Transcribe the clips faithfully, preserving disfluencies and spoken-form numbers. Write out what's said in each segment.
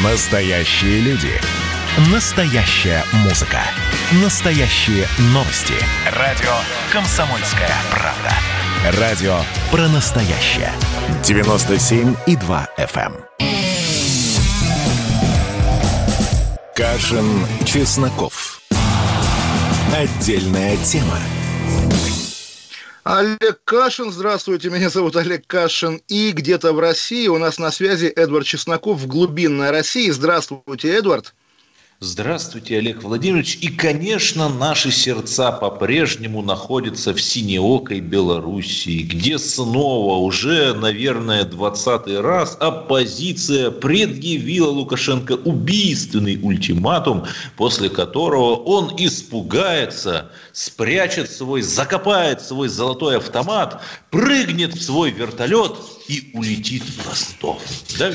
Настоящие люди. Настоящая музыка. Настоящие новости. Радио «Комсомольская правда». Радио про настоящее. девяносто семь и два эф эм. Кашин, Чесноков. Отдельная тема. Олег Кашин, здравствуйте, меня зовут Олег Кашин, и где-то в России у нас на связи Эдвард Чесноков в глубинной России. Здравствуйте, Эдвард. Здравствуйте, Олег Владимирович. И, конечно, наши сердца по-прежнему находятся в синеокой Белоруссии, где снова уже, наверное, двадцатый раз оппозиция предъявила Лукашенко убийственный ультиматум, после которого он испугается, спрячет свой, закопает свой золотой автомат, прыгнет в свой вертолет и улетит в Ростов. Да?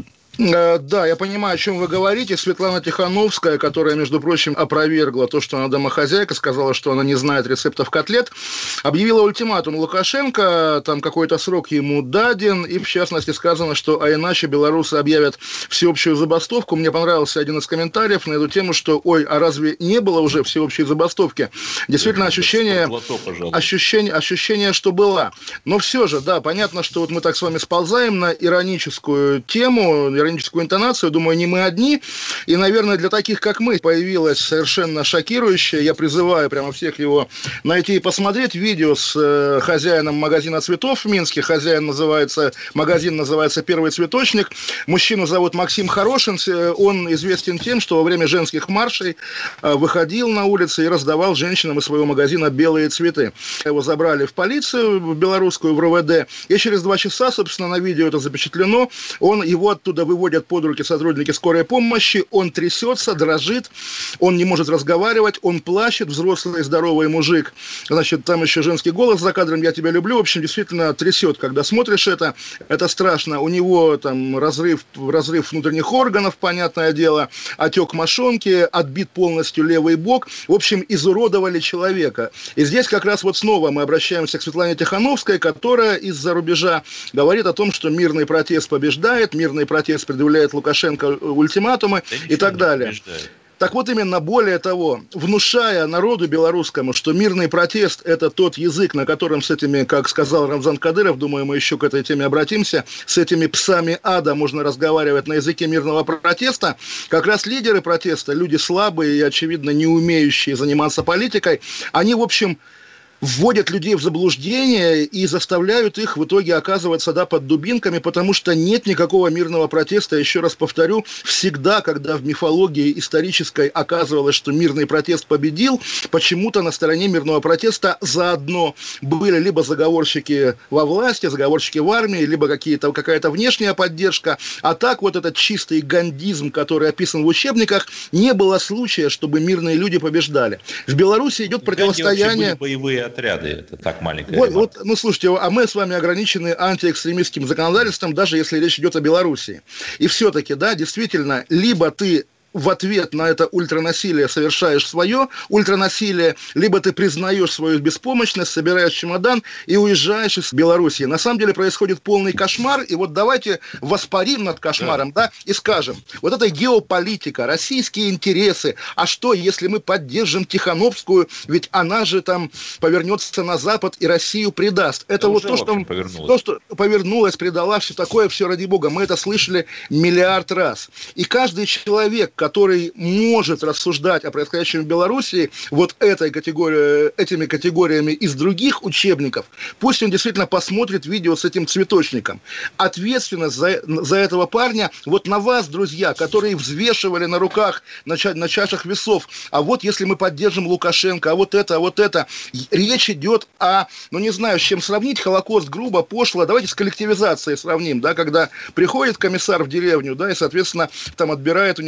Да, я понимаю, о чем вы говорите. Светлана Тихановская, которая, между прочим, опровергла то, что она домохозяйка, сказала, что она не знает рецептов котлет, объявила ультиматум Лукашенко, там какой-то срок ему даден, и в частности сказано, что а иначе белорусы объявят всеобщую забастовку. Мне понравился один из комментариев на эту тему, что ой, а разве не было уже всеобщей забастовки? Действительно, ощущение, ощущение, ощущение, что была. Но все же, да, понятно, что вот мы так с вами сползаем на ироническую тему, ироническую интонацию, думаю, не мы одни, и, наверное, для таких, как мы, появилось совершенно шокирующее, я призываю прямо всех его найти и посмотреть, видео с э, хозяином магазина цветов в Минске, хозяин называется, магазин называется «Первый цветочник», мужчину зовут Максим Хорошин, он известен тем, что во время женских маршей э, выходил на улицы и раздавал женщинам из своего магазина белые цветы. Его забрали в полицию, в белорусскую, в эр вэ дэ, и через два часа, собственно, на видео это запечатлено, он его оттуда выводят под руки сотрудники скорой помощи, он трясется, дрожит, он не может разговаривать, он плачет, взрослый здоровый мужик, значит, там еще женский голос за кадром, я тебя люблю, в общем, действительно трясет, когда смотришь это, это страшно, у него там разрыв, разрыв внутренних органов, понятное дело, отек мошонки, отбит полностью левый бок, в общем, изуродовали человека. И здесь как раз вот снова мы обращаемся к Светлане Тихановской, которая из-за рубежа говорит о том, что мирный протест побеждает, мирный протест предъявляет Лукашенко ультиматумы да и так далее. Так вот именно, более того, внушая народу белорусскому, что мирный протест – это тот язык, на котором с этими, как сказал Рамзан Кадыров, думаю, мы еще к этой теме обратимся, с этими псами ада можно разговаривать на языке мирного протеста, как раз лидеры протеста, люди слабые и, очевидно, не умеющие заниматься политикой, они, в общем, вводят людей в заблуждение и заставляют их в итоге оказываться да, под дубинками, потому что нет никакого мирного протеста. Еще раз повторю, всегда, когда в мифологии исторической оказывалось, что мирный протест победил, почему-то на стороне мирного протеста заодно были либо заговорщики во власти, заговорщики в армии, либо какие-то, какая-то внешняя поддержка. А так вот этот чистый гандизм, который описан в учебниках, не было случая, чтобы мирные люди побеждали. В Беларуси идет противостояние... Боевые отряды, это так маленькая вот, вот, ну, слушайте, а мы с вами ограничены антиэкстремистским законодательством, даже если речь идет о Белоруссии. И все-таки, да, действительно, либо ты в ответ на это ультранасилие совершаешь свое ультранасилие, либо ты признаешь свою беспомощность, собираешь чемодан и уезжаешь из Белоруссии. На самом деле происходит полный кошмар, и вот давайте воспарим над кошмаром, да, да и скажем, вот эта геополитика, российские интересы, а что, если мы поддержим Тихановскую, ведь она же там повернется на Запад и Россию предаст. Это да вот то, что, то, что повернулась, предала, все такое, все ради бога. Мы это слышали миллиард раз. И каждый человек, который может рассуждать о происходящем в Белоруссии вот этой категории, этими категориями из других учебников, пусть он действительно посмотрит видео с этим цветочником. Ответственность за, за этого парня вот на вас, друзья, которые взвешивали на руках, на, ча- на чашах весов, а вот если мы поддержим Лукашенко, а вот это, а вот это. Речь идет о, ну не знаю, с чем сравнить, Холокост грубо, пошло, давайте с коллективизацией сравним, да, когда приходит комиссар в деревню, да, и, соответственно, там отбирает у них все, и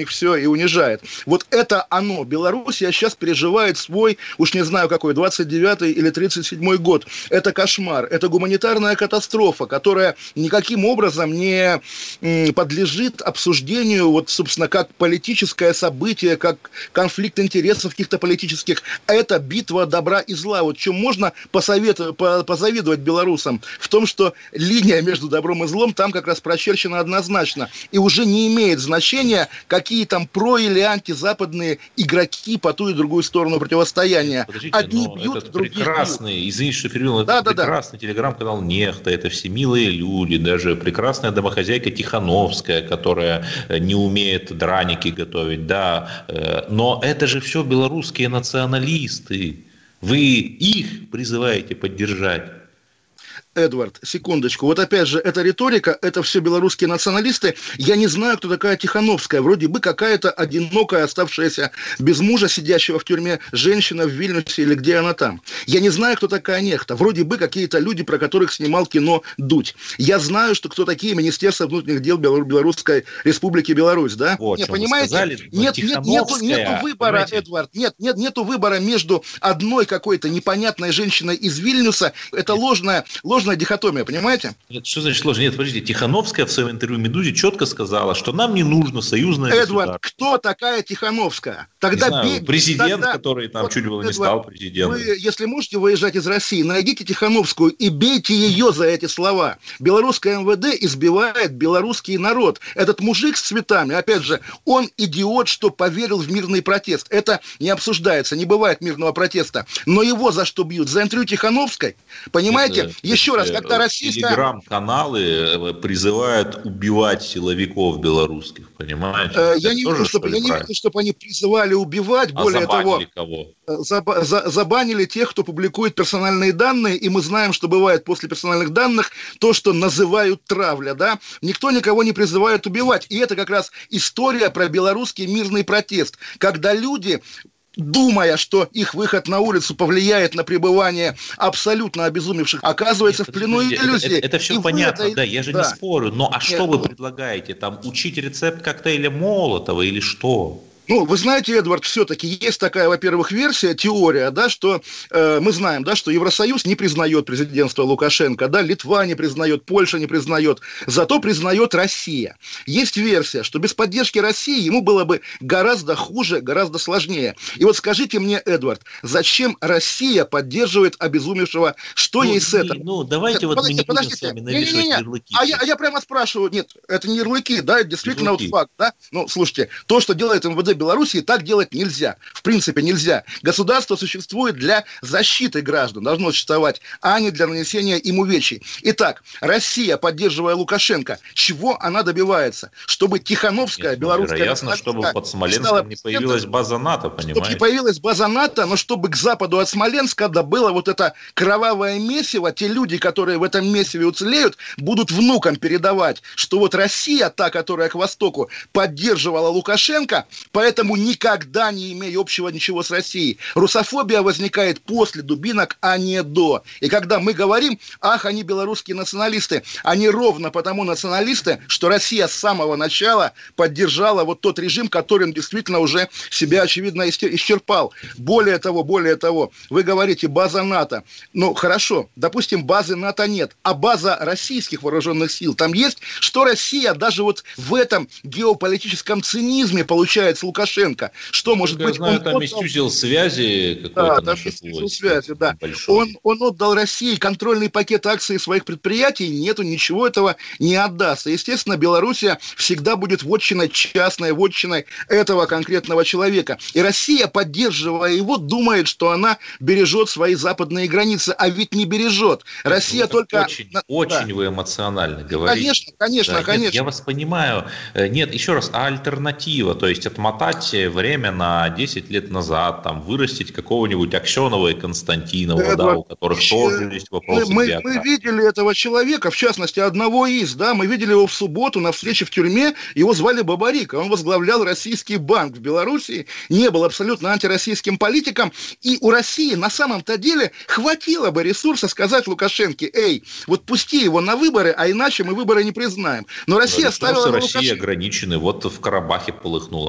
и унижает. Вот это оно. Белоруссия сейчас переживает свой, уж не знаю какой, двадцать девятый или тридцать седьмой год. Это кошмар, это гуманитарная катастрофа, которая никаким образом не подлежит обсуждению, вот, собственно, как политическое событие, как конфликт интересов каких-то политических. Это битва добра и зла. Вот чем можно посоветовать, позавидовать белорусам в том, что линия между добром и злом там как раз прочерчена однозначно. И уже не имеет значения, какие там про- или антизападные игроки по ту и другую сторону противостояния. Подождите, одни бьют, этот другие прекрасный, бьют. Извините, что перебил, да, это да, прекрасный да. телеграм-канал «Нехта», это все милые люди, даже прекрасная домохозяйка Тихановская, которая не умеет драники готовить, да, но это же все белорусские националисты. Вы их призываете поддержать. Эдвард, секундочку. Вот опять же, эта риторика, это все белорусские националисты. Я не знаю, кто такая Тихановская. Вроде бы какая-то одинокая, оставшаяся без мужа, сидящего в тюрьме женщина в Вильнюсе или где она там. Я не знаю, кто такая Нехта. Вроде бы какие-то люди, про которых снимал кино Дудь. Я знаю, что кто такие Министерство внутренних дел Белорусской Республики Беларусь, да? Вот, не, понимаете? Сказали, нет, нет, нету, нету выбора, понимаете? Эдвард. Нет, нет, нету выбора между одной какой-то непонятной женщиной из Вильнюса. Это нет. ложная, ложная дихотомия, понимаете? Нет, что значит сложно? Нет, подождите, Тихановская в своем интервью «Медузе» четко сказала, что нам не нужно союзное Эдвард, государство. Кто такая Тихановская? Тогда не знаю, бей... президент, тогда... который там вот, чуть было не Эдвард, стал президентом. Вы, если можете выезжать из России, найдите Тихановскую и бейте ее за эти слова. Белорусское эм вэ дэ избивает белорусский народ. Этот мужик с цветами, опять же, он идиот, что поверил в мирный протест. Это не обсуждается, не бывает мирного протеста. Но его за что бьют? За интервью Тихановской? Понимаете? Это, Еще это, раз, когда российская... Телеграм-каналы призывают убивать силовиков белорусских, понимаете? Э, я не вижу, чтобы, я не вижу, чтобы они призывали убивать. А более того, кого? Заба- за- забанили тех, кто публикует персональные данные, и мы знаем, что бывает после персональных данных то, что называют травля, да? Никто никого не призывает убивать. И это как раз история про белорусский мирный протест, когда люди... думая, что их выход на улицу повлияет на пребывание абсолютно обезумевших, оказывается Нет, в плену иллюзии. Это, это все и понятно, это... да, я же да. не спорю. Но а Нет, что вы предлагаете? Там учить рецепт коктейля Молотова или что? Ну, вы знаете, Эдвард, все-таки есть такая, во-первых, версия, теория, да, что э, мы знаем, да, что Евросоюз не признает президентство Лукашенко, да, Литва не признает, Польша не признает, зато признает Россия. Есть версия, что без поддержки России ему было бы гораздо хуже, гораздо сложнее. И вот скажите мне, Эдвард, зачем Россия поддерживает обезумевшего, что ну, ей с этого? Ну, давайте нет, вот подождите, мы не подождите. будем с вами навешивать не, не, не. ярлыки. А я, а я прямо спрашиваю, нет, это не ярлыки, да, это действительно ярлыки. Вот факт, да. Ну, слушайте, то, что делает эм вэ дэ Белоруссии, так делать нельзя. В принципе, нельзя. Государство существует для защиты граждан, должно существовать, а не для нанесения им увечий. Итак, Россия, поддерживая Лукашенко, чего она добивается? Чтобы Тихановская, Нет, белорусская... Вероятно, чтобы под Смоленском не появилась база НАТО, понимаете? Чтобы не появилась база НАТО, но чтобы к западу от Смоленска, да, было вот это кровавое месиво, те люди, которые в этом месиве уцелеют, будут внукам передавать, что вот Россия, та, которая к востоку, поддерживала Лукашенко, поэтому никогда не имея общего ничего с Россией. Русофобия возникает после дубинок, а не до. И когда мы говорим, ах, они белорусские националисты, они ровно потому националисты, что Россия с самого начала поддержала вот тот режим, который действительно уже себя, очевидно, исчерпал. Более того, более того, вы говорите, база НАТО. Ну, хорошо, допустим, базы НАТО нет, а база российских вооруженных сил там есть, что Россия даже вот в этом геополитическом цинизме получает с Лукашенко. Что, ну, может я быть, знаю, он там отдал... есть узел связи какой-то. Да, там есть узел связи, да. Он, он отдал России контрольный пакет акций своих предприятий, нету, ничего этого не отдаст. И, естественно, Белоруссия всегда будет вотчиной, частной вотчиной этого конкретного человека. И Россия, поддерживая его, думает, что она бережет свои западные границы, а ведь не бережет. Россия ну, только... Очень, очень да. вы эмоционально говорите. Конечно, конечно, да, конечно. Нет, я вас понимаю. Нет, еще раз, а альтернатива, то есть отмотать время на десять лет назад, там, вырастить какого-нибудь Аксенова и Константинова, Эдвард, да, у которых тоже есть вопросы. Мы, мы видели этого человека, в частности, одного из, да, мы видели его в субботу на встрече в тюрьме, его звали Бабарика, он возглавлял Российский банк в Белоруссии, не был абсолютно антироссийским политиком, и у России на самом-то деле хватило бы ресурса сказать Лукашенко, эй, вот пусти его на выборы, а иначе мы выборы не признаем. Но Россия да, оставила России Лукашенко. ограничены, вот в Карабахе полыхнуло, мы ж не можем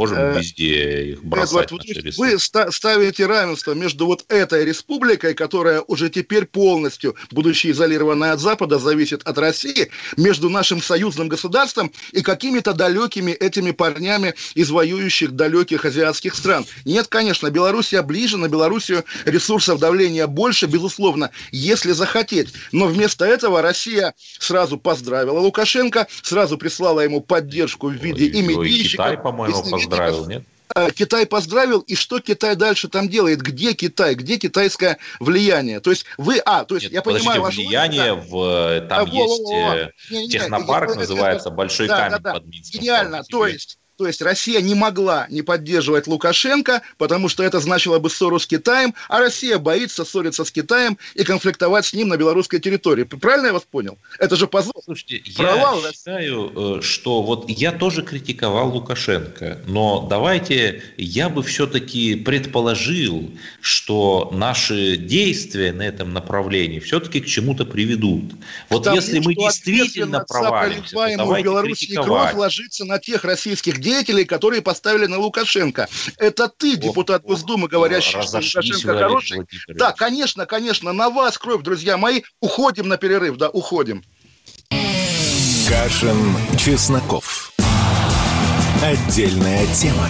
можем везде их бросать. Эдвард, вы ставите равенство между вот этой республикой, которая уже теперь полностью, будучи изолированной от Запада, зависит от России, между нашим союзным государством и какими-то далекими этими парнями из воюющих далеких азиатских стран. Нет, конечно, Белоруссия ближе, на Белоруссию ресурсов давления больше, безусловно, если захотеть. Но вместо этого Россия сразу поздравила Лукашенко, сразу прислала ему поддержку в виде и медийщиков. Китай, по-моему, поздравил, нет? Китай поздравил, и что Китай дальше там делает? Где Китай? Где китайское влияние? То есть вы, а, то есть Нет, я подожди, понимаю ваше влияние в там а, есть во, во, во. Не, не, не, технопарк это, называется, это, большой да, камень да, да. под Минском. Гениально, то есть То есть Россия не могла не поддерживать Лукашенко, потому что это значило бы ссору с Китаем, а Россия боится ссориться с Китаем и конфликтовать с ним на белорусской территории. Правильно я вас понял? Это же позор. Слушайте, Провал, я считаю, что вот я тоже критиковал Лукашенко, но давайте я бы все-таки предположил, что наши действия на этом направлении все-таки к чему-то приведут. Вот Потому если мы действительно провалимся, то давайте критиковать. Кровь ложится на тех российских деятелей, которые поставили на Лукашенко. Это ты, депутат ох, Госдумы, говорящий, что Лукашенко хороший. Да, конечно, конечно, на вас кровь, друзья мои. Уходим на перерыв, да, уходим. Кашин, Чесноков. Отдельная тема.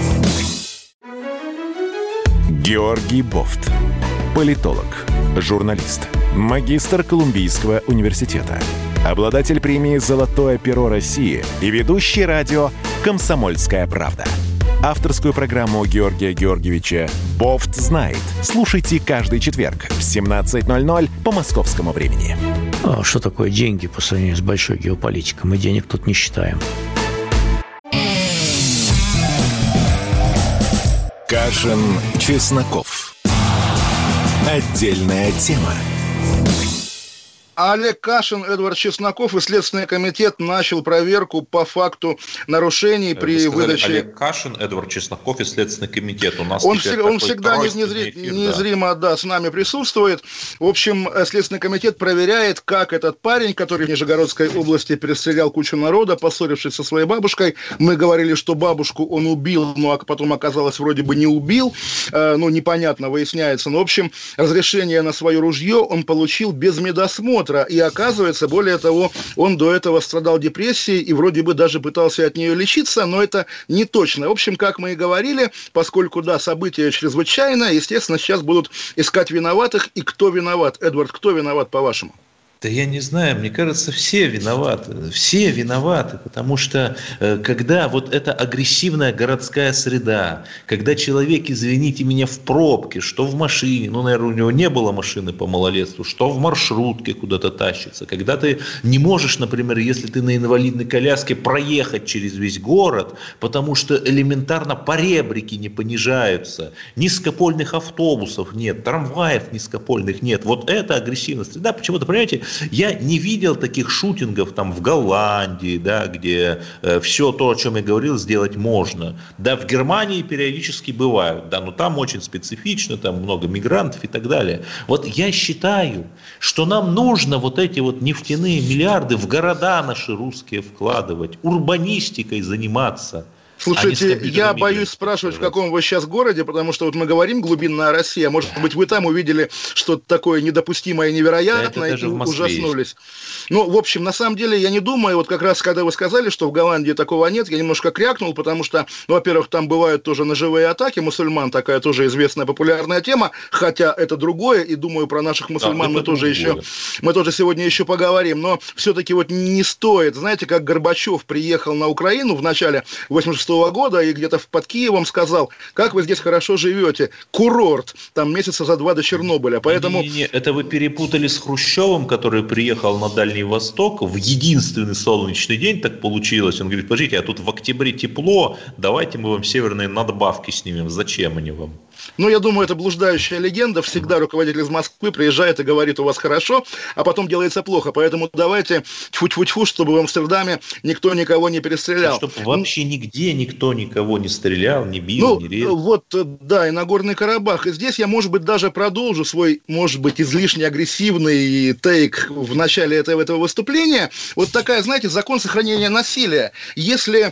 Георгий Бофт. Политолог, журналист, магистр Колумбийского университета, обладатель премии «Золотое перо России» и ведущий радио «Комсомольская правда». Авторскую программу Георгия Георгиевича «Бофт знает». Слушайте каждый четверг в семнадцать ноль ноль по московскому времени. А что такое деньги по сравнению с большой геополитикой? Мы денег тут не считаем. Кашин, Чесноков. Отдельная тема. Олег Кашин, Эдвард Чесноков, и Следственный комитет начал проверку по факту нарушений при сказали, выдаче... Олег Кашин, Эдвард Чесноков и Следственный комитет. У нас он всегда, он всегда неизри... эфир, неизримо да. Да, с нами присутствует. В общем, Следственный комитет проверяет, как этот парень, который в Нижегородской области перестрелял кучу народа, поссорившись со своей бабушкой. Мы говорили, что бабушку он убил, но потом оказалось, вроде бы не убил. Э, ну, непонятно, выясняется. Но, в общем, разрешение на свое ружье он получил без медосмотра. И оказывается, более того, он до этого страдал депрессией и вроде бы даже пытался от нее лечиться, но это не точно. В общем, как мы и говорили, поскольку, да, события чрезвычайные, естественно, сейчас будут искать виноватых. И кто виноват? Эдвард, кто виноват, по-вашему? Да я не знаю, мне кажется, все виноваты, все виноваты, потому что э, когда вот эта агрессивная городская среда, когда человек, извините меня, в пробке, что в машине, ну, наверное, у него не было машины по малолетству, что в маршрутке куда-то тащится, когда ты не можешь, например, если ты на инвалидной коляске, проехать через весь город, потому что элементарно поребрики не понижаются, низкопольных автобусов нет, трамваев низкопольных нет, вот это агрессивная среда, почему-то, понимаете, я не видел таких шутингов там в Голландии, да, где э, все то, о чем я говорил, сделать можно. Да, в Германии периодически бывают, да, но там очень специфично, там много мигрантов и так далее. Вот я считаю, что нам нужно вот эти вот нефтяные миллиарды в города наши русские вкладывать, урбанистикой заниматься. Слушайте, я боюсь спрашивать, в каком вы сейчас городе, потому что вот мы говорим «глубинная Россия», может быть, вы там увидели что-то такое недопустимое и невероятное, и ужаснулись. Ну, в общем, на самом деле, я не думаю, вот как раз, когда вы сказали, что в Голландии такого нет, я немножко крякнул, потому что, ну, во-первых, там бывают тоже ножевые атаки мусульман, такая тоже известная популярная тема, хотя это другое, и думаю, про наших мусульман да, мы тоже еще, мы тоже сегодня еще поговорим, но все-таки вот не стоит, знаете, как Горбачев приехал на Украину в начале восемьдесят шестого года и где-то под Киевом сказал, как вы здесь хорошо живете, курорт, там месяца за два до Чернобыля, поэтому... Не-не-не, это вы перепутали с Хрущевым, который приехал на Дальний Восток в единственный солнечный день, так получилось, он говорит, подождите, а тут в октябре тепло, давайте мы вам северные надбавки снимем, зачем они вам? Ну, я думаю, это блуждающая легенда. Всегда руководитель из Москвы приезжает и говорит, у вас хорошо, а потом делается плохо. Поэтому давайте тьфу-тьфу-тьфу, чтобы в Амстердаме никто никого не перестрелял. Чтобы вообще нигде никто никого не стрелял, не бил, ну, не резал. Вот, да, и Нагорный Карабах. И здесь я, может быть, даже продолжу свой, может быть, излишне агрессивный тейк в начале этого, этого выступления. Вот такая, знаете, закон сохранения насилия. Если...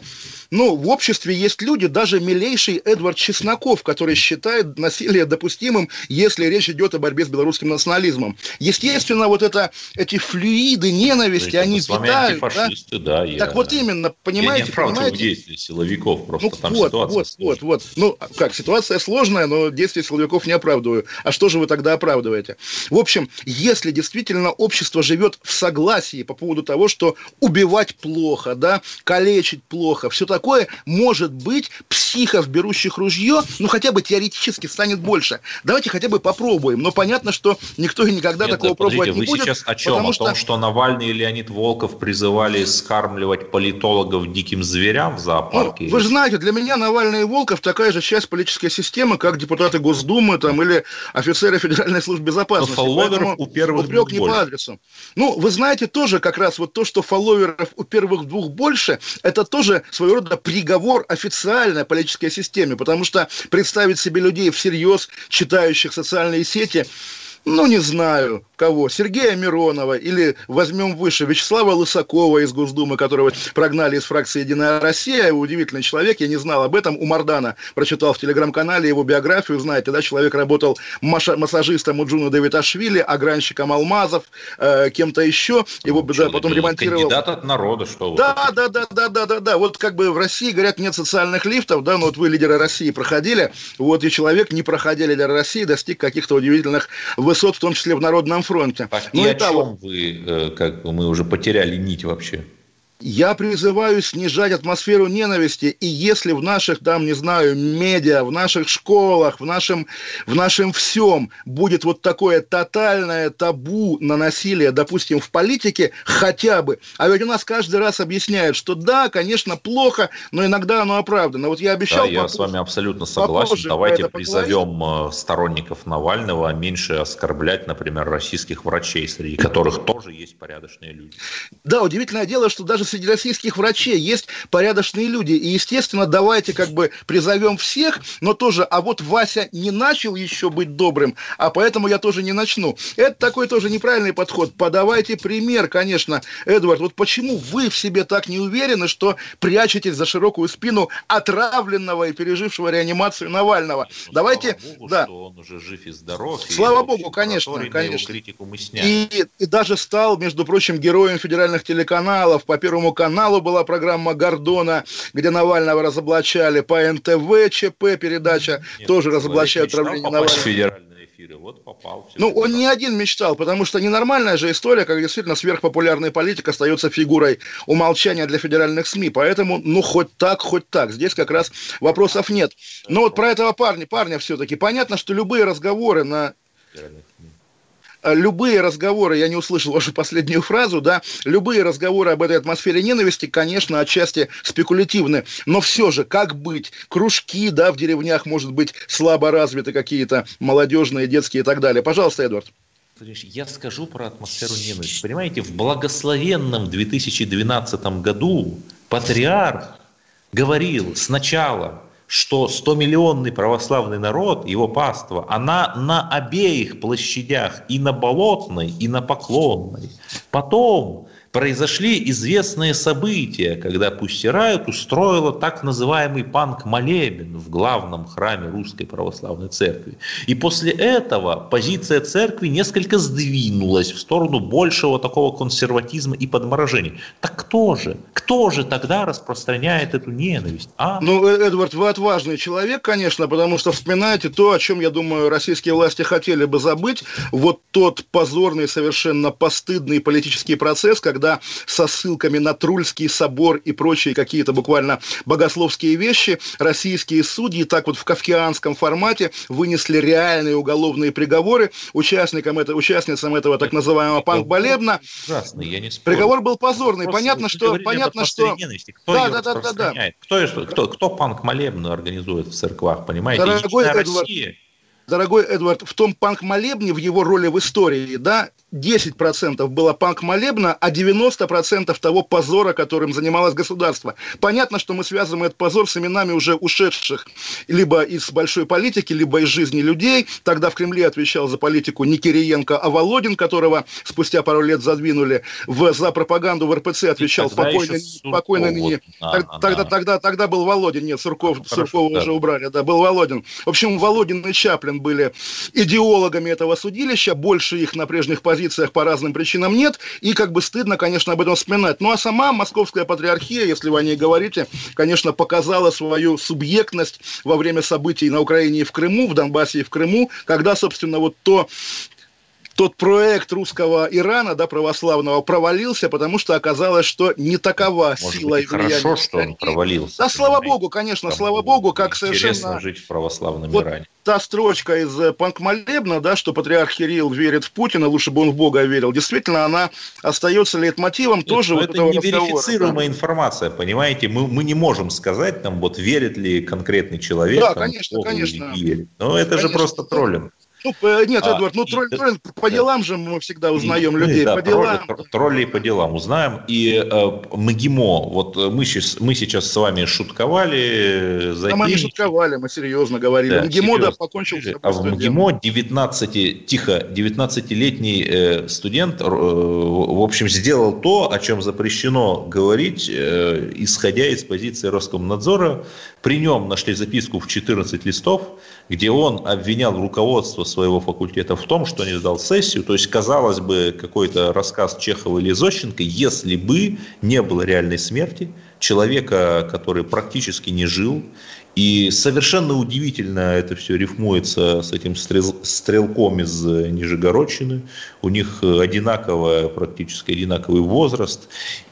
ну, в обществе есть люди, даже милейший Эдвард Чесноков, который считает насилие допустимым, если речь идет о борьбе с белорусским национализмом. Естественно, вот это, эти флюиды ненависти, это они витают. Антифашисты, да? Да, я... Так вот именно, понимаете? Я не оправдываю понимаете? действия силовиков, просто ну, там вот, ситуация вот, сложная. Вот, вот, ну, как, ситуация сложная, но действия силовиков не оправдываю. А что же вы тогда оправдываете? В общем, если действительно общество живет в согласии по поводу того, что убивать плохо, да, калечить плохо, все такое, может быть, психов, берущих ружье, ну, хотя бы теоретически станет больше. Давайте хотя бы попробуем. Но понятно, что никто и никогда Нет, такого да, подождите, пробовать не вы будет. Вы сейчас о чем? О том, что... что Навальный и Леонид Волков призывали скармливать политологов диким зверям в зоопарке? Ну, вы же знаете, для меня Навальный и Волков такая же часть политической системы, как депутаты Госдумы там, или офицеры Федеральной службы безопасности. Но фолловеров у первых упрек двух не больше. По адресу. Ну, вы знаете тоже как раз вот то, что фолловеров у первых двух больше, это тоже своего рода приговор официальной политической системе, потому что представить себе людей всерьез, читающих социальные сети, ну, не знаю, кого, Сергея Миронова или возьмем выше Вячеслава Лысакова из Госдумы, которого прогнали из фракции «Единая Россия». Удивительный человек, я не знал об этом. У Мардана прочитал в телеграм-канале его биографию, знаете, да, человек работал массажистом у Джуна Давиташвили, огранщиком Алмазов, э, кем-то еще, его ну, да, потом ремонтировал. Кандидат от народа, что да, да, да, да, да, да, да, вот как бы в России, говорят, нет социальных лифтов, да, но вот вы, лидеры России, проходили, вот и человек, не проходя лидера России, достиг каких-то удивительных высот, в том числе в Народном фронте. Так, ну, и о чем вот... вы, как мы уже потеряли нить вообще? Я призываю снижать атмосферу ненависти, и если в наших, там, не знаю, медиа, в наших школах, в нашем, в нашем всем будет вот такое тотальное табу на насилие, допустим, в политике хотя бы, а ведь у нас каждый раз объясняют, что да, конечно, плохо, но иногда оно оправдано. Вот я обещал... Да, я попозже, с вами абсолютно согласен. Давайте призовем поговорить. Сторонников Навального меньше оскорблять, например, российских врачей, среди которых тоже есть порядочные люди. Да, удивительное дело, что даже среди российских врачей есть порядочные люди. И, естественно, давайте как бы призовем всех, но тоже, а вот Вася не начал еще быть добрым, а поэтому я тоже не начну. Это такой тоже неправильный подход. Подавайте пример, конечно, Эдвард. Вот почему вы в себе так не уверены, что прячетесь за широкую спину отравленного и пережившего реанимацию Навального? Ну, давайте, слава богу, да. что он уже жив и здоров. Слава и богу, конечно, конечно. Критику мы сняли. И, и даже стал, между прочим, героем федеральных телеканалов. По Первому каналу была программа Гордона, где Навального разоблачали. По эн тэ вэ ЧП передача Нет, тоже разоблачают отравление Навального. Федеральные эфиры. Вот попал. Ну, он не один мечтал, потому что ненормальная же история, как действительно сверхпопулярный политик остается фигурой умолчания для федеральных СМИ. Поэтому, ну, хоть так, хоть так. Здесь как раз вопросов нет. Но вот про этого парня, парня все-таки. Понятно, что любые разговоры на... Любые разговоры, я не услышал вашу последнюю фразу, да, любые разговоры об этой атмосфере ненависти, конечно, отчасти спекулятивны, но все же, как быть, кружки, да, в деревнях, может быть, слабо развиты какие-то молодежные, детские и так далее. Пожалуйста, Эдвард. Я скажу про атмосферу ненависти. Понимаете, в благословенном две тысячи двенадцатом году патриарх говорил сначала, что стомиллионный православный народ, его паства, она на обеих площадях, и на Болотной, и на Поклонной. Потом произошли известные события, когда Pussy Riot устроила так называемый панк-молебен в главном храме Русской Православной Церкви. И после этого позиция церкви несколько сдвинулась в сторону большего такого консерватизма и подморожения. Так кто же? Кто же тогда распространяет эту ненависть? А? Ну, Эдвард, вы отважный человек, конечно, потому что вспоминаете то, о чем, я думаю, российские власти хотели бы забыть. Вот тот позорный, совершенно постыдный политический процесс, когда когда со ссылками на Трульский собор и прочие какие-то буквально богословские вещи российские судьи так вот в кафкианском формате вынесли реальные уголовные приговоры участникам это, участницам этого так называемого панк-молебна. Ужасный, я не спорю. Приговор был позорный. Просто понятно, что... Понятно, что... Кто да, да, да, да, да. Кто, кто, кто панк-молебны организует в церквах, понимаете? Дорогой Единая Эдвард, Россия. дорогой Эдвард, в том панк-молебне, в его роли в истории, да, десять процентов было панк-молебна, а девяносто процентов того позора, которым занималось государство. Понятно, что мы связываем этот позор с именами уже ушедших либо из большой политики, либо из жизни людей. Тогда в Кремле отвечал за политику не Кириенко, а Володин, которого спустя пару лет задвинули. В, за пропаганду в эр пэ цэ отвечал покойный, покойный ныне. Вот, тогда, тогда, тогда, тогда был Володин, нет, Сурков, Хорошо, Суркова да. уже убрали, да, был Володин. В общем, Володин и Чаплин были идеологами этого судилища, больше их на прежних позициях по разным причинам нет, и как бы стыдно, конечно, об этом вспоминать. Ну, а сама Московская патриархия, если вы о ней говорите, конечно, показала свою субъектность во время событий на Украине и в Крыму, в Донбассе и в Крыму, когда, собственно, вот то... тот проект русского Ирана, да, православного, провалился, потому что оказалось, что не такова Может сила быть, и влияние. Хорошо, что он провалился. Да, слава богу, конечно, Там слава богу, как интересно совершенно... жить в православном вот Иране. Та строчка из панк-молебна, да, что патриарх Кирилл верит в Путина, лучше бы он в Бога верил, действительно, она остается лейтмотивом Нет, тоже вот это этого неверифицируемая да. информация, понимаете? Мы, мы не можем сказать, там, вот верит ли конкретный человек. Да, там, конечно, конечно. Верит. Но это конечно, же просто троллинг. Ну, нет, Эдвард, ну, тролль, троллинг по делам же мы всегда узнаем и, людей, да, по делам. Тролли, троллей по делам узнаем. И э, МГИМО, вот мы сейчас, мы сейчас с вами шутковали. А мы не шутковали, мы серьезно говорили. Да, МГИМО, да, покончил. А в МГИМО девятнадцати, тихо, девятнадцатилетний э, студент, э, в общем, сделал то, о чем запрещено говорить, э, исходя из позиции Роскомнадзора. При нем нашли записку в четырнадцать листов, где он обвинял руководство своего факультета в том, что не сдал сессию. То есть, казалось бы, какой-то рассказ Чехова или Зощенко, если бы не было реальной смерти человека, который практически не жил. И совершенно удивительно это все рифмуется с этим стрел, стрелком из Нижегородщины. У них одинаково, практически одинаковый возраст.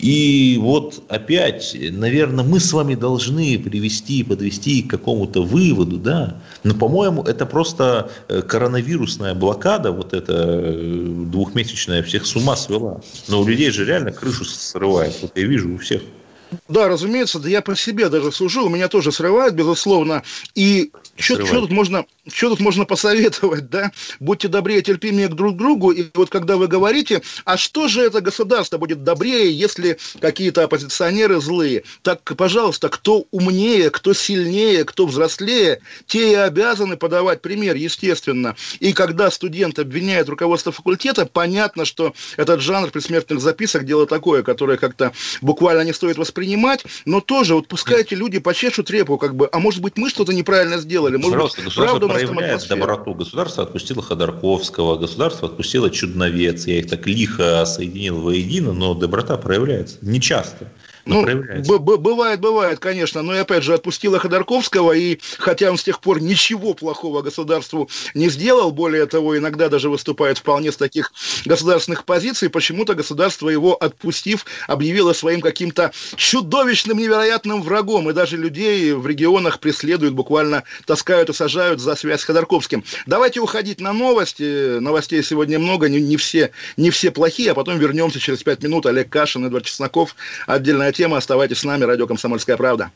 И вот опять, наверное, мы с вами должны привести, подвести к какому-то выводу, да. Но, по-моему, это просто коронавирусная блокада, вот эта двухмесячная, всех с ума свела. Но у людей же реально крышу срывает. Вот я вижу у всех. Да, разумеется, да я по себе даже сужу, у меня тоже срывает, безусловно, и что тут можно, что тут можно посоветовать, да, будьте добрее, терпимее друг к другу, и вот когда вы говорите, а что же это государство будет добрее, если какие-то оппозиционеры злые, так, пожалуйста, кто умнее, кто сильнее, кто взрослее, те и обязаны подавать пример, естественно, и когда студент обвиняет руководство факультета, понятно, что этот жанр предсмертных записок, дело такое, которое как-то буквально не стоит воспринимать, принимать, но тоже вот пускай эти люди почешут репу, как бы, а может быть мы что-то неправильно сделали, может Пожалуйста, быть, государство проявляет доброту, государство отпустило Ходорковского, государство отпустило Чудновец, я их так лихо соединил воедино, но доброта проявляется не часто. Ну, б- б- бывает, бывает, конечно, но и опять же отпустила Ходорковского, и хотя он с тех пор ничего плохого государству не сделал, более того, иногда даже выступает вполне с таких государственных позиций, почему-то государство его, отпустив, объявило своим каким-то чудовищным, невероятным врагом, и даже людей в регионах преследуют, буквально таскают и сажают за связь с Ходорковским. Давайте уходить на новости, новостей сегодня много, не, не, все, не все плохие, а потом вернемся через пять минут. Олег Кашин, Эдвард Чесноков, отдельная тема. Оставайтесь с нами. Радио «Комсомольская правда».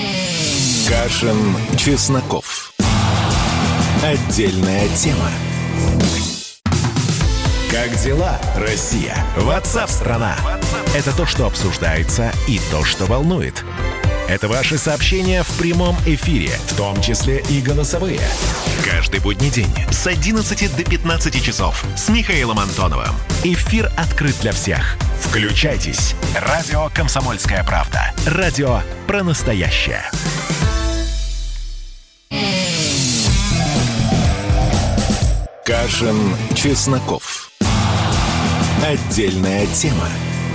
Кашин, Чесноков. Отдельная тема. Как дела, Россия? Ватсап-страна! Это то, что обсуждается, и то, что волнует. Это ваши сообщения в прямом эфире, в том числе и голосовые. Каждый будний день с одиннадцати до пятнадцати часов с Михаилом Антоновым. Эфир открыт для всех. Включайтесь. Радио «Комсомольская правда». Радио про настоящее. Кашин, Чесноков. Отдельная тема.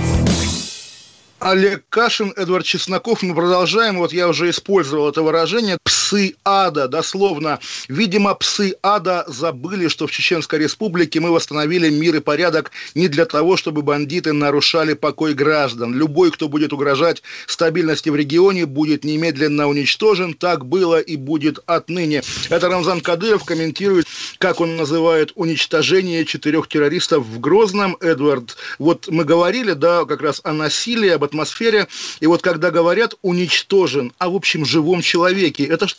Олег Кашин, Эдвард Чесноков. Мы продолжаем. Вот я уже использовал это выражение. Псы ада. Дословно. Видимо, псы ада забыли, что в Чеченской Республике мы восстановили мир и порядок не для того, чтобы бандиты нарушали покой граждан. Любой, кто будет угрожать стабильности в регионе, будет немедленно уничтожен. Так было и будет отныне. Это Рамзан Кадыров комментирует, как он называет уничтожение четырех террористов в Грозном. Эдвард, вот мы говорили, да, как раз о насилии, об атмосфере. И вот когда говорят «уничтожен», а в общем живом человеке, это,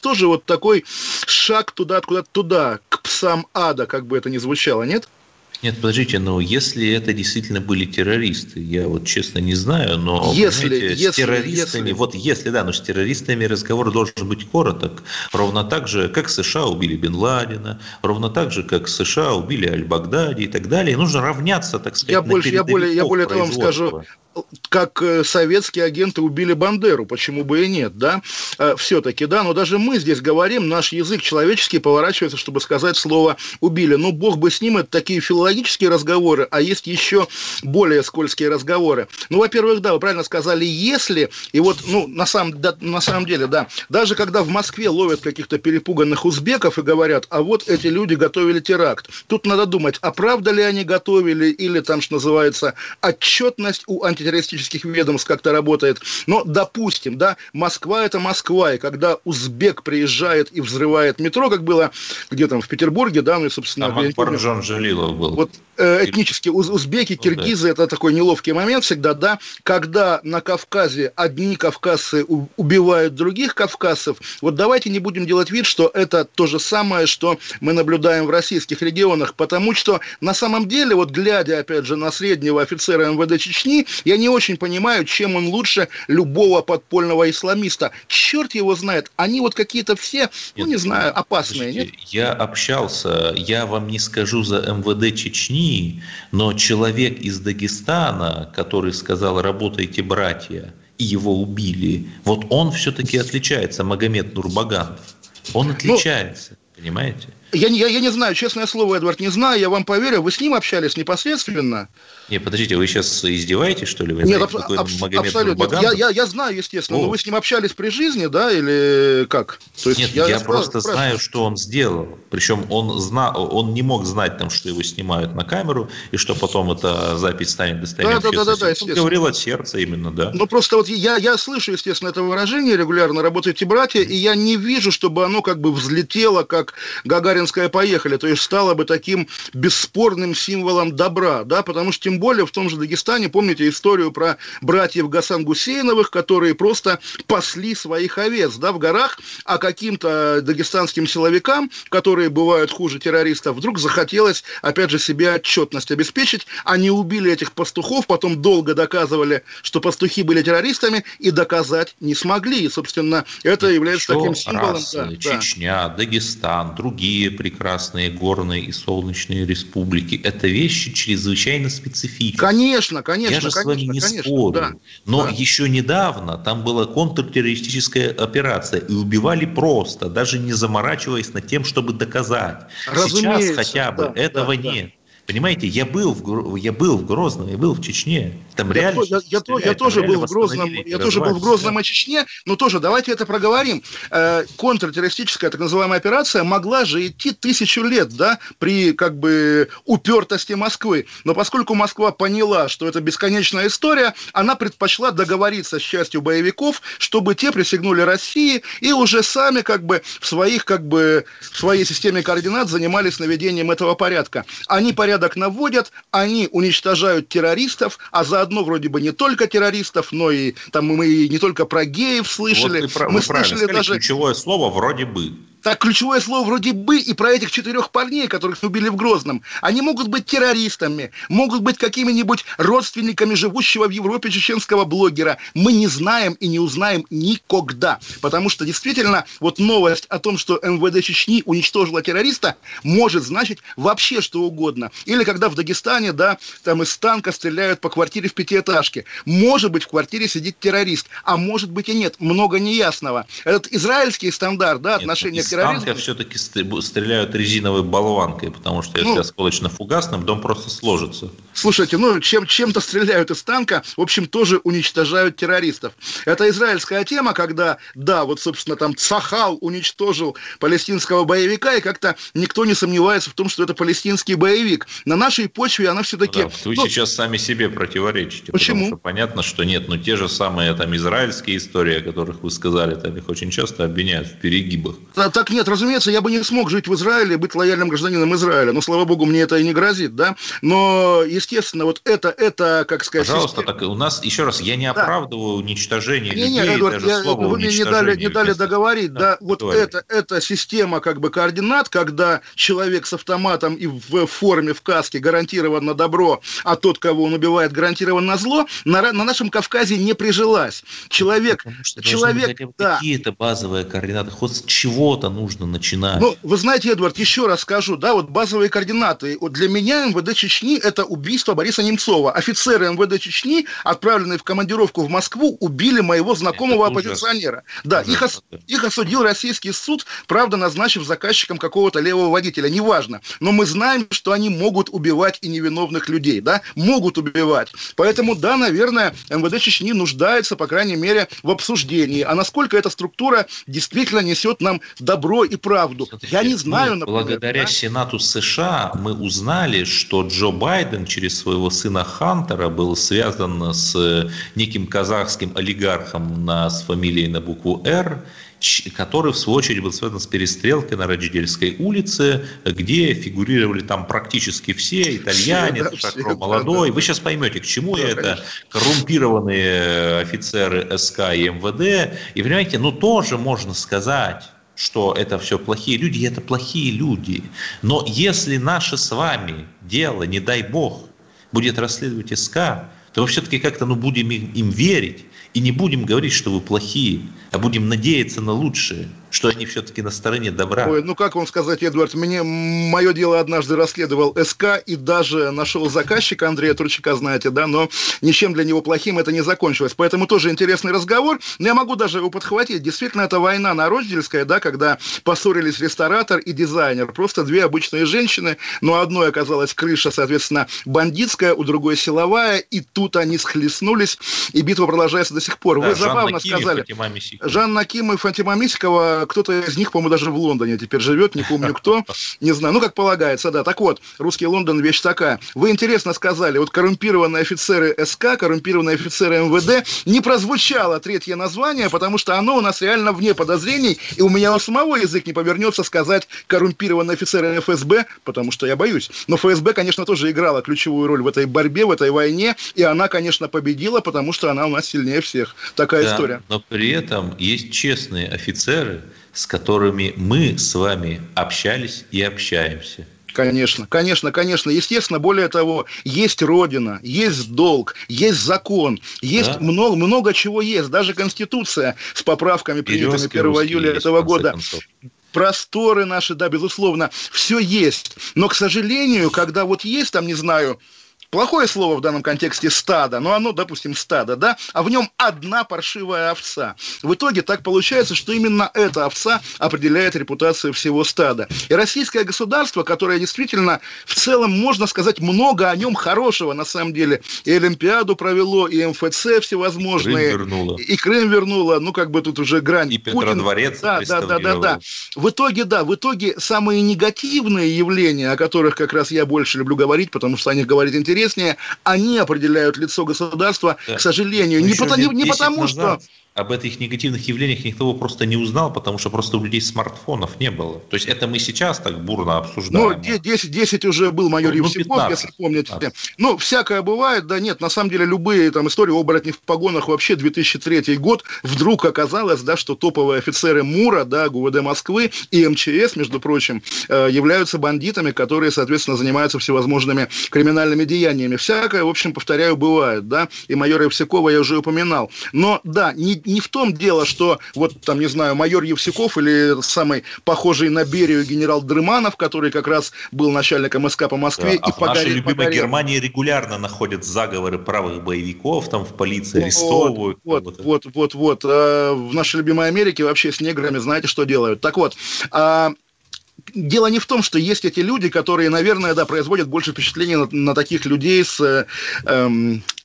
тоже вот такой шаг туда, куда-то туда, к псам ада, как бы это ни звучало, нет? Нет, подождите, но если это действительно были террористы, я вот честно не знаю, но если, если, с террористами, если. вот если, да, но с террористами разговор должен быть короток, ровно так же, как США убили Бен Ладена, ровно так же, как США убили Аль-Багдади и так далее, и нужно равняться, так сказать, я на больше, я более, я более того вам производства. скажу, как советские агенты убили Бандеру, почему бы и нет, да, все-таки, да, но даже мы здесь говорим, наш язык человеческий поворачивается, чтобы сказать слово «убили», ну, бог бы с ним, это такие филологические разговоры, а есть еще более скользкие разговоры. Ну, во-первых, да, вы правильно сказали «если», и вот, ну, на самом, да, на самом деле, да, даже когда в Москве ловят каких-то перепуганных узбеков и говорят, а вот эти люди готовили теракт, тут надо думать, а правда ли они готовили, или там, что называется, отчетность у антитеррористов, террористических ведомств как-то работает. Но, допустим, да, Москва – это Москва, и когда узбек приезжает и взрывает метро, как было где там в Петербурге, да, ну и, собственно... Там Акбарджон Джалилов был. Вот э, этнические уз- узбеки, киргизы, ну, да. Это такой неловкий момент всегда, да, когда на Кавказе одни кавказцы у- убивают других кавказцев, вот давайте не будем делать вид, что это то же самое, что мы наблюдаем в российских регионах, потому что на самом деле, вот глядя, опять же, на среднего офицера эм вэ дэ Чечни, я не очень понимаю, чем он лучше любого подпольного исламиста. Черт его знает. Они вот какие-то все, ну, не знаю, опасные. Нет? Я общался, я вам не скажу за эм вэ дэ Чечни, но человек из Дагестана, который сказал «работайте, братья», и его убили, вот он все-таки отличается, Магомед Нурбагандов. Он отличается, ну, понимаете? Я, я, я не знаю, честное слово, Эдвард, не знаю, я вам поверю. Вы с ним общались непосредственно? Не, подождите, вы сейчас издеваетесь, что ли? Вы Нет, знаете, аб- такой аб- Магомед абсолютно. Нурбагандов? Я, я, я знаю, естественно, О. но вы с ним общались при жизни, да, или как? То есть Нет, я, я, я просто спрашиваю. знаю, что он сделал. Причем он, зна... он не мог знать, там, что его снимают на камеру, и что потом эта запись станет достоянием Да, да, да, да, да, он естественно. говорил от сердца именно, да. Ну, просто вот я, я слышу, естественно, это выражение регулярно, работаете, братья, и я не вижу, чтобы оно как бы взлетело, как гагаринское «поехали», то есть стало бы таким бесспорным символом добра, да, потому что тем более в том же Дагестане, помните историю про братьев Гасан-Гусейновых, которые просто пасли своих овец, да, в горах, а каким-то дагестанским силовикам, которые бывают хуже террористов, вдруг захотелось, опять же, себе отчетность обеспечить, они убили этих пастухов, потом долго доказывали, что пастухи были террористами, и доказать не смогли, и, собственно, это является Еще таким символом. раз, Да, Чечня, да. Дагестан, другие прекрасные горные и солнечные республики, это вещи чрезвычайно специфические. Конечно, конечно. Я же конечно, с вами не конечно, спорю. Да, Но да. еще недавно там была контртеррористическая операция, и убивали просто, даже не заморачиваясь над тем, чтобы доказать. Разумеется, Сейчас хотя бы да, этого да, нет. Понимаете, я был, в, я был в Грозном, я был в Чечне. Там Я, реально я, я, стреляют, я тоже там был реально в Грозном, восстановили я тоже был в Грозном и Чечне, но тоже давайте это проговорим. Э, контртеррористическая так называемая операция могла же идти тысячу лет, да, при как бы упертости Москвы. Но поскольку Москва поняла, что это бесконечная история, она предпочла договориться с частью боевиков, чтобы те присягнули России и уже сами как бы в своих как бы в своей системе координат занимались наведением этого порядка. Они порядок наводят, они уничтожают террористов, а заодно вроде бы не только террористов, но и там мы не только про геев слышали. Вот вы, мы вы слышали сказали, даже ключевое слово «вроде бы». Так, ключевое слово вроде бы и про этих четырех парней, которых убили в Грозном. Они могут быть террористами, могут быть какими-нибудь родственниками живущего в Европе чеченского блогера. Мы не знаем и не узнаем никогда. Потому что действительно вот новость о том, что эм вэ дэ Чечни уничтожила террориста, может значить вообще что угодно. Или когда в Дагестане, да, там из танка стреляют по квартире в пятиэтажке. Может быть, в квартире сидит террорист, а может быть и нет. Много неясного. Этот израильский стандарт, да, отношение к Из танка все-таки стреляют резиновой болванкой, потому что если ну, осколочно-фугасным, дом просто сложится. Слушайте, ну чем, чем-то стреляют из танка, в общем, тоже уничтожают террористов. Это израильская тема, когда, да, вот, собственно, там Цахал уничтожил палестинского боевика, и как-то никто не сомневается в том, что это палестинский боевик. На нашей почве она все-таки... Да, вы ну, сейчас сами себе противоречите. Почему? Потому что понятно, что нет, но те же самые там израильские истории, о которых вы сказали, там их очень часто обвиняют в перегибах. так нет, разумеется, я бы не смог жить в Израиле и быть лояльным гражданином Израиля, но, слава богу, мне это и не грозит, да, но, естественно, вот это, это как сказать... Пожалуйста, система... так у нас, еще раз, я не да. оправдываю уничтожение не, людей, не, Эдуард, даже я, слово вы мне не дали, не дали договорить, да, да вот это, это система как бы координат, когда человек с автоматом и в форме, в каске гарантированно добро, а тот, кого он убивает, гарантированно зло, на, на нашем Кавказе не прижилась. Человек, человек, да. Какие-то базовые координаты, хоть с чего-то нужно начинать. Ну, вы знаете, Эдуард, еще раз скажу, да, вот базовые координаты. Вот для меня МВД Чечни – это убийство Бориса Немцова. Офицеры МВД Чечни, отправленные в командировку в Москву, убили моего знакомого это оппозиционера. Ужас. Да, их, ос, их осудил российский суд, правда, назначив заказчиком какого-то левого водителя, неважно. Но мы знаем, что они могут убивать и невиновных людей, да, могут убивать. Поэтому, да, наверное, МВД Чечни нуждается, по крайней мере, в обсуждении. А насколько эта структура действительно несет нам добро и правду? Смотрите, я не знаю, например. Благодаря да? Сенату США мы узнали, что Джо Байден через своего сына Хантера был связан с неким казахским олигархом на, с фамилией на букву «Р», который, в свою очередь, был связан с перестрелкой на Раджидельской улице, где фигурировали там практически все, итальянец, все, да, Шакро все, молодой. Да, Вы сейчас поймете, к чему да, это, конечно. Коррумпированные офицеры СК и МВД. И, понимаете, ну тоже можно сказать, что это все плохие люди, и это плохие люди. Но если наше с вами дело, не дай бог, будет расследовать СК, то мы все-таки как-то ну, будем им верить и не будем говорить, что вы плохие, а будем надеяться на лучшее, что они все-таки на стороне добра. Ой, ну как вам сказать, Эдуард, мне мое дело однажды расследовал СК и даже нашел заказчика Андрея Турчака, знаете, да, но ничем для него плохим это не закончилось. Поэтому тоже интересный разговор. Но я могу даже его подхватить. Действительно, это война народительская, да, когда поссорились ресторатор и дизайнер. Просто две обычные женщины, но одной оказалась крыша, соответственно, бандитская, у другой силовая, и тут они схлестнулись, и битва продолжается до сих пор. Да, Вы забавно Жанна сказали. Жанна Ким и Фатима Мисикова, кто-то из них, по-моему, даже в Лондоне теперь живет, не помню кто, не знаю, ну, как полагается, да. Так вот, русский Лондон – вещь такая. Вы интересно сказали, вот коррумпированные офицеры СК, коррумпированные офицеры МВД, не прозвучало третье название, потому что оно у нас реально вне подозрений, и у меня у самого язык не повернется сказать коррумпированные офицеры ФСБ, потому что я боюсь. Но ФСБ, конечно, тоже играла ключевую роль в этой борьбе, в этой войне, и она, конечно, победила, потому что она у нас сильнее всех. Такая да, история. Но при этом есть честные офицеры, с которыми мы с вами общались и общаемся. Конечно, конечно, конечно. Естественно, более того, есть Родина, есть долг, есть закон, есть да. много, много чего есть. Даже Конституция с поправками, принятыми первого июля этого года. Просторы наши, да, безусловно, все есть. Но, к сожалению, когда вот есть там, не знаю... Плохое слово в данном контексте стадо, но оно, допустим, стадо, да, а в нем одна паршивая овца. В итоге так получается, что именно эта овца определяет репутацию всего стада. И российское государство, которое действительно в целом, можно сказать, много о нем хорошего, на самом деле, и Олимпиаду провело, и МФЦ всевозможные, Крым вернуло. И, и Крым вернуло, ну, как бы тут уже грань. И Петродворец. Да, да, да, да, да. В итоге, да, в итоге самые негативные явления, о которых как раз я больше люблю говорить, потому что о них говорить интересно, они определяют лицо государства, да. к сожалению. Не, потому, не, не потому, что... Об этих негативных явлениях никто просто не узнал, потому что просто у людей смартфонов не было. То есть это мы сейчас так бурно обсуждаем. Ну, десять, десять уже был майор ну, Евсюков, если помните. пятнадцать. Ну, всякое бывает, да нет, на самом деле любые там истории оборотней в погонах вообще две тысячи третий год вдруг оказалось, да, что топовые офицеры МУРа, да, ГУВД Москвы и МЧС, между прочим, являются бандитами, которые, соответственно, занимаются всевозможными криминальными деяниями. Всякое, в общем, повторяю, бывает, да, и майора Евсюкова я уже упоминал. Но, да, не Не в том дело, что вот там, не знаю, майор Евсюков или самый похожий на Берию генерал Дрыманов, который как раз был начальником СК по Москве. Да, и а в нашей любимой погорел. Германии регулярно находят заговоры правых боевиков, там в полиции арестовывают. Вот, вот, вот, вот, вот. А в нашей любимой Америке вообще с неграми знаете, что делают? Так вот, а... дело не в том, что есть эти люди, которые, наверное, да, производят больше впечатления на, на таких людей с... Эм,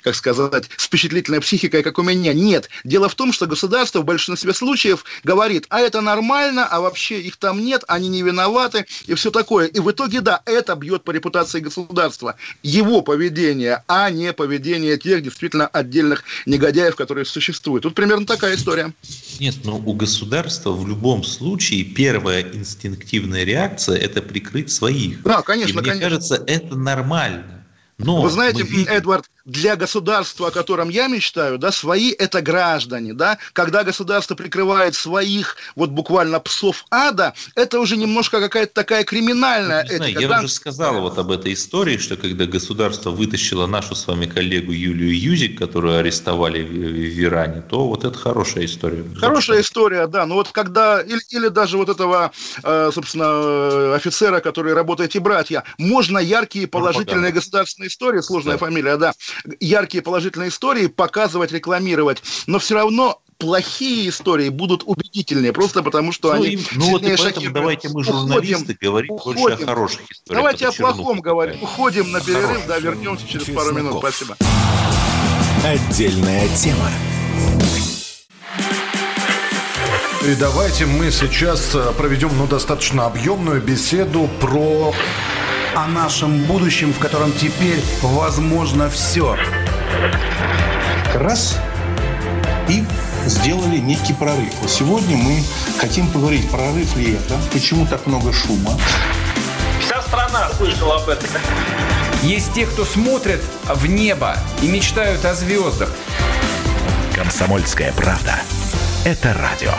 как сказать, с впечатлительной психикой, как у меня. Нет. Дело в том, что государство в большинстве случаев говорит, а это нормально, а вообще их там нет, они не виноваты, и все такое. И в итоге, да, это бьет по репутации государства. Его поведение, а не поведение тех действительно отдельных негодяев, которые существуют. Тут примерно такая история. Нет, но у государства в любом случае первая инстинктивная реакция – это прикрыть своих. Да, конечно, и мне конечно. кажется, это нормально. Но вы знаете, видим... Эдвард, для государства, о котором я мечтаю, да, свои – это граждане, да, когда государство прикрывает своих, вот буквально псов ада, это уже немножко какая-то такая криминальная этика. Знаю, я да? уже сказал вот об этой истории, что когда государство вытащило нашу с вами коллегу Юлию Юзик, которую арестовали в, в Иране, то вот это хорошая история. Хорошая история, да, но вот когда, или, или даже вот этого, собственно, офицера, который работает и братья, можно яркие положительные государственные истории, сложная да. фамилия, да, яркие положительные истории показывать, рекламировать, но все равно плохие истории будут убедительнее, просто потому что ну, они им, ну вот и поэтому давайте мы, журналисты, уходим, говорим уходим. больше о хороших историях. Давайте о плохом говорим. Уходим на перерыв, Хороший. да, вернемся через Чесноков. пару минут. Спасибо. Отдельная тема. И давайте мы сейчас проведем ну, достаточно объемную беседу про... о нашем будущем, в котором теперь возможно все. Раз и сделали некий прорыв. Вот сегодня мы хотим поговорить, прорыв ли это, почему так много шума. Вся страна слышала об этом. Есть те, кто смотрят в небо и мечтают о звездах. «Комсомольская правда» – это радио.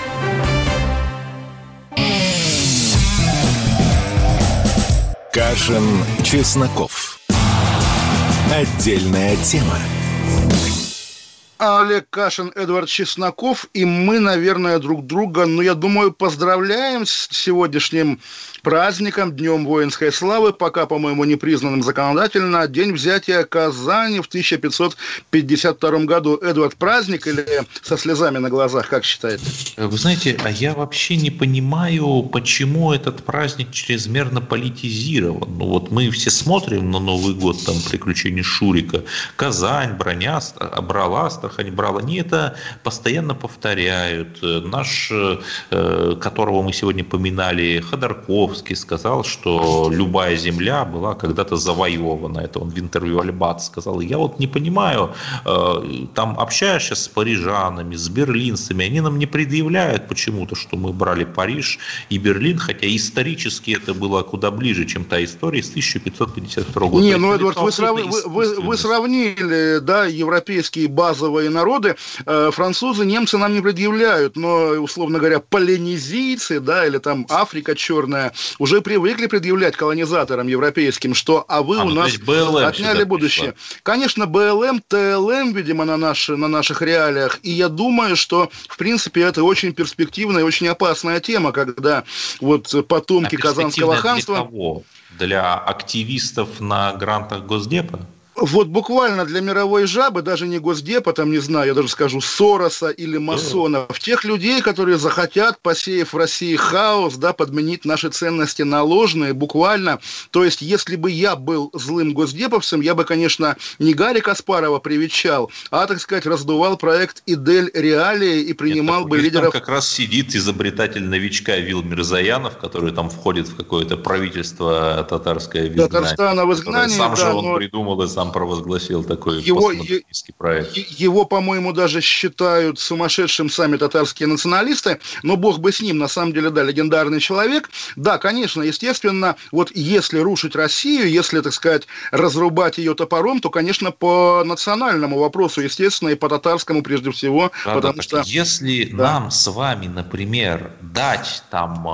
Кашин, Чесноков. Отдельная тема. Олег Кашин, Эдвард Чесноков, и мы, наверное, друг друга, ну, я думаю, поздравляем с сегодняшним праздником, Днем воинской славы, пока, по-моему, не признанным законодательно, день взятия Казани в тысяча пятьсот пятьдесят втором году. Эдвард, праздник или со слезами на глазах, как считаете? Вы знаете, а я вообще не понимаю, почему этот праздник чрезмерно политизирован. Ну вот мы все смотрим на Новый год, там, приключения Шурика, Казань, броня, брала, Астрахань брала. Они это постоянно повторяют. Наш, которого мы сегодня поминали, Ходорковский, сказал, что любая земля была когда-то завоевана. Это он в интервью Альбат сказал. Я вот не понимаю, там общаешься с парижанами, с берлинцами, они нам не предъявляют почему-то, что мы брали Париж и Берлин, хотя исторически это было куда ближе, чем та история с тысяча пятьсот пятьдесят второго года. Не, ну, Эдвард, вы, срав... вы, вы, вы сравнили, да, европейские базовые народы. Французы, немцы нам не предъявляют, но, условно говоря, полинезийцы, да, или там Африка черная, уже привыкли предъявлять колонизаторам европейским, что а вы а, у ну, нас отняли будущее. Пришла. Конечно, БЛМ, ТЛМ, видимо, на, наши, на наших реалиях, и я думаю, что, в принципе, это очень перспективная и очень опасная тема, когда вот потомки а Казанского ханства... Для кого? Для активистов на грантах Госдепа? Вот буквально для мировой жабы, даже не Госдепа, там, не знаю, я даже скажу, Сороса или масонов, тех людей, которые захотят, посеяв в России хаос, да, подменить наши ценности на ложные, буквально. То есть, если бы я был злым госдеповцем, я бы, конечно, не Гарри Каспарова привечал, а, так сказать, раздувал проект «Идель Реалии» и принимал Нет, бы лидеров... Там как раз сидит изобретатель новичка Вил Мирзаянов, который там входит в какое-то правительство татарское в изгнании. Татарстана в изгнании, Сам да, же он но... придумал и сам провозгласил такой его, постмодернистский проект. Его, по-моему, даже считают сумасшедшим сами татарские националисты, но бог бы с ним, на самом деле, да, легендарный человек. Да, конечно, естественно, вот если рушить Россию, если, так сказать, разрубать ее топором, то, конечно, по национальному вопросу, естественно, и по татарскому прежде всего, Правда, потому что... Если да. нам с вами, например, дать там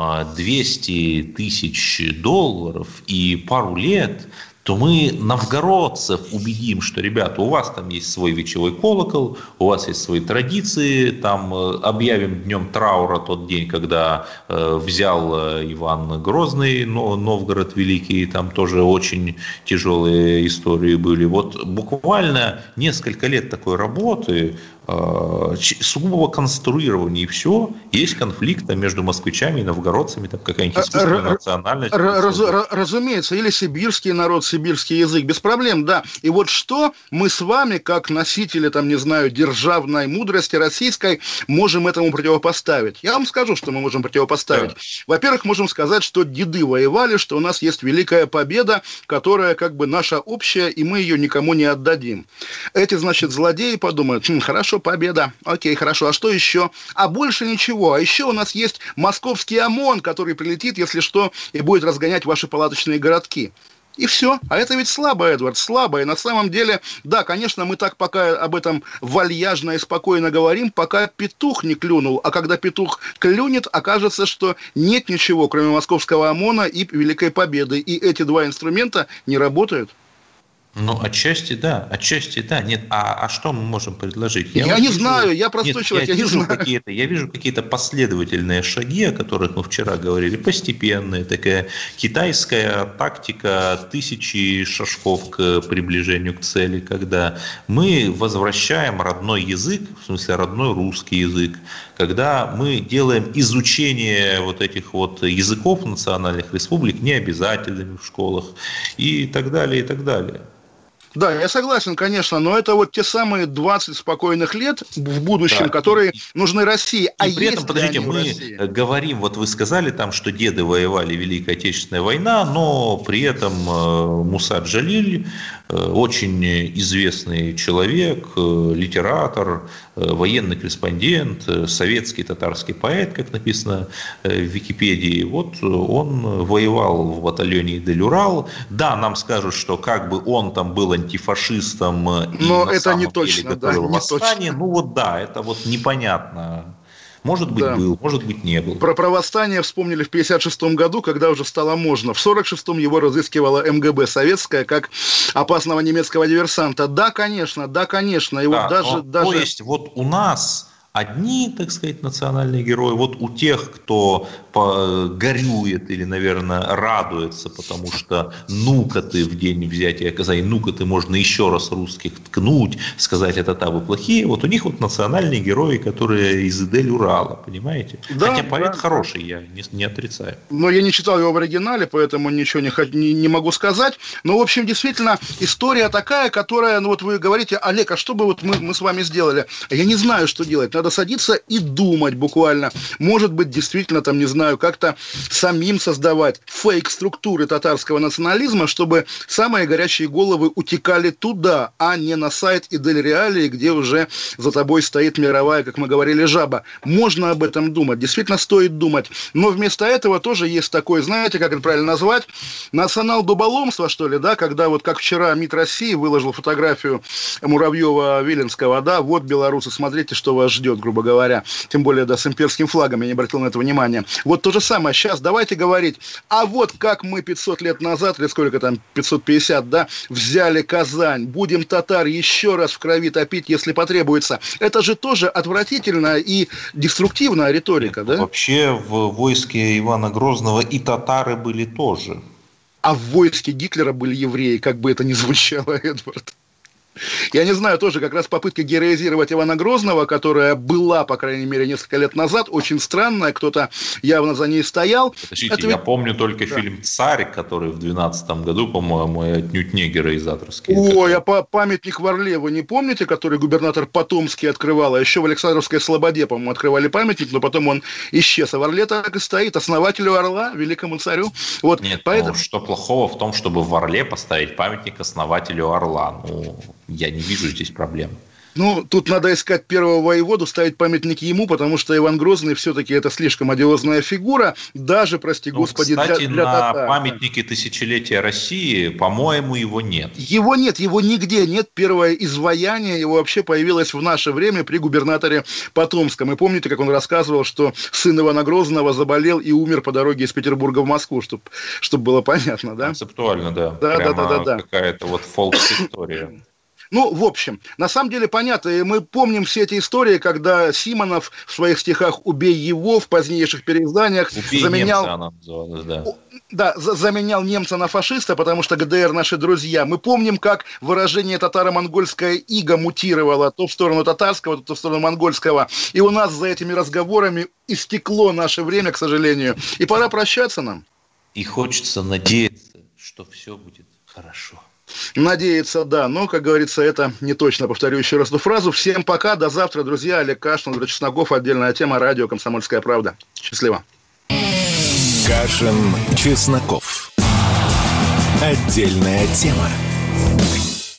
двести тысяч долларов и пару лет, то мы новгородцев убедим, что, ребята, у вас там есть свой вечевой колокол, у вас есть свои традиции, там объявим днем траура тот день, когда э, взял Иван Грозный но, Новгород Великий, там тоже очень тяжелые истории были. Вот буквально несколько лет такой работы, э, сугубого конструирования, и все. Есть конфликт между москвичами и новгородцами, там какая-нибудь искусственная национальность. Раз, разумеется, или сибирский народ, сибирский язык, без проблем, да. И вот что мы с вами, как носители, там, не знаю, державной мудрости российской, можем этому противопоставить? Я вам скажу, что мы можем противопоставить. Да. Во-первых, можем сказать, что деды воевали, что у нас есть великая победа, которая как бы наша общая, и мы ее никому не отдадим. Эти, значит, злодеи подумают: хм, хорошо, победа, окей, хорошо, а что еще? А больше ничего. А еще у нас есть московский ОМОН, который прилетит, если что, и будет разгонять ваши палаточные городки. И все. А это ведь слабо, Эдвард, слабо. И на самом деле, да, конечно, мы так пока об этом вальяжно и спокойно говорим, пока петух не клюнул. А когда петух клюнет, окажется, что нет ничего, кроме московского ОМОНа и Великой Победы. И эти два инструмента не работают. Ну, отчасти да, отчасти да. Нет, а, а что мы можем предложить? Я, я вот не вижу, знаю, я простой нет, человек, я, я не знаю. Какие-то, я вижу какие-то последовательные шаги, о которых мы вчера говорили, постепенные, такая китайская тактика тысячи шажков к приближению к цели, когда мы возвращаем родной язык, в смысле родной русский язык, когда мы делаем изучение вот этих вот языков национальных республик необязательными в школах и так далее, и так далее. Да, я согласен, конечно, но это вот те самые двадцать спокойных лет в будущем, да, которые и, нужны России. А и при этом, подождите, мы говорим, вот вы сказали там, что деды воевали в Великой Отечественной войне, но при этом Муса Джалиль, очень известный человек, литератор, военный корреспондент, советский татарский поэт, как написано в Википедии, вот он воевал в батальоне Идель-Урал. Да, нам скажут, что как бы он там был антифашистом, но и это не точно, да, не восстание. Ну вот да, это вот непонятно. Может быть, да. был, может быть, не был. Про, про восстание вспомнили в пятьдесят шестом году, когда уже стало можно. В сорок шестом его разыскивала эм гэ бэ советская как опасного немецкого диверсанта. Да, конечно, да, конечно. И да, вот даже, но, даже... То есть, вот у нас одни, так сказать, национальные герои, вот у тех, кто горюет или, наверное, радуется, потому что ну-ка ты в день взятия Казани, ну-ка ты можно еще раз русских ткнуть, сказать, это табы плохие, вот у них вот национальные герои, которые из Идель-Урала, понимаете? Да, хотя поэт да. хороший, я не, не отрицаю. Но я не читал его в оригинале, поэтому ничего не, не, не могу сказать. Но, в общем, действительно, история такая, которая, ну вот вы говорите: Олег, а что бы вот мы, мы с вами сделали? Я не знаю, что делать. Надо садиться и думать буквально. Может быть, действительно, там, не знаю, как-то самим создавать фейк-структуры татарского национализма, чтобы самые горячие головы утекали туда, а не на сайт Идель Реалии, где уже за тобой стоит мировая, как мы говорили, жаба. Можно об этом думать, действительно стоит думать. Но вместо этого тоже есть такое, знаете, как это правильно назвать, национал-дуболомство, что ли, да, когда вот как вчера МИД России выложил фотографию Муравьева-Виленского, да, вот белорусы, смотрите, что вас ждет, грубо говоря. Тем более, да, с имперским флагом, я не обратил на это внимания. Вот то же самое. Сейчас давайте говорить, а вот как мы пятьсот лет назад, или сколько там, пятьсот пятьдесят, да, взяли Казань, будем татар еще раз в крови топить, если потребуется. Это же тоже отвратительная и деструктивная риторика, Нет, да? Вообще в войске Ивана Грозного и татары были тоже. А в войске Гитлера были евреи, как бы это ни звучало, Эдвард. Я не знаю, тоже как раз попытка героизировать Ивана Грозного, которая была, по крайней мере, несколько лет назад, очень странная, кто-то явно за ней стоял. Подождите, это я ведь... помню только да. фильм «Царь», который в двенадцатом году, по-моему, отнюдь не героизаторский. Ой, а по- памятник в Орле вы не помните, который губернатор Потомский открывал? А еще в Александровской Слободе, по-моему, открывали памятник, но потом он исчез. А в Орле так и стоит, основателю Орла, великому царю. Вот, Нет, поэтому... ну, что плохого в том, чтобы в Орле поставить памятник основателю Орла? Ну... Я не вижу здесь проблем. Ну, тут надо искать первого воеводу, ставить памятник ему, потому что Иван Грозный все-таки это слишком одиозная фигура, даже, прости ну, господи, кстати, для, для на татар. памятнике тысячелетия России, по-моему, его нет. Его нет, его нигде нет. Первое изваяние его вообще появилось в наше время при губернаторе Потомском. И помните, как он рассказывал, что сын Ивана Грозного заболел и умер по дороге из Петербурга в Москву, чтобы чтоб было понятно, да? Концептуально, да. Да, Прямо да, да, да, да. Какая-то вот фолк-история. Ну, в общем, на самом деле понятно, и мы помним все эти истории, когда Симонов в своих стихах «Убей его» в позднейших переизданиях «Убей заменял... немца» она называлась, да. Да, заменял немца на фашиста, потому что ГДР наши друзья. Мы помним, как выражение татаро-монгольская ига мутировало то в сторону татарского, то в сторону монгольского. И у нас за этими разговорами истекло наше время, к сожалению. И пора прощаться нам. И хочется надеяться, что все будет хорошо. Надеяться, да, но, как говорится, это не точно. Повторю еще раз эту фразу. Всем пока, до завтра, друзья. Олег Кашин, Андрей Чесноков, отдельная тема, радио «Комсомольская правда». Счастливо. Кашин, Чесноков. Отдельная тема.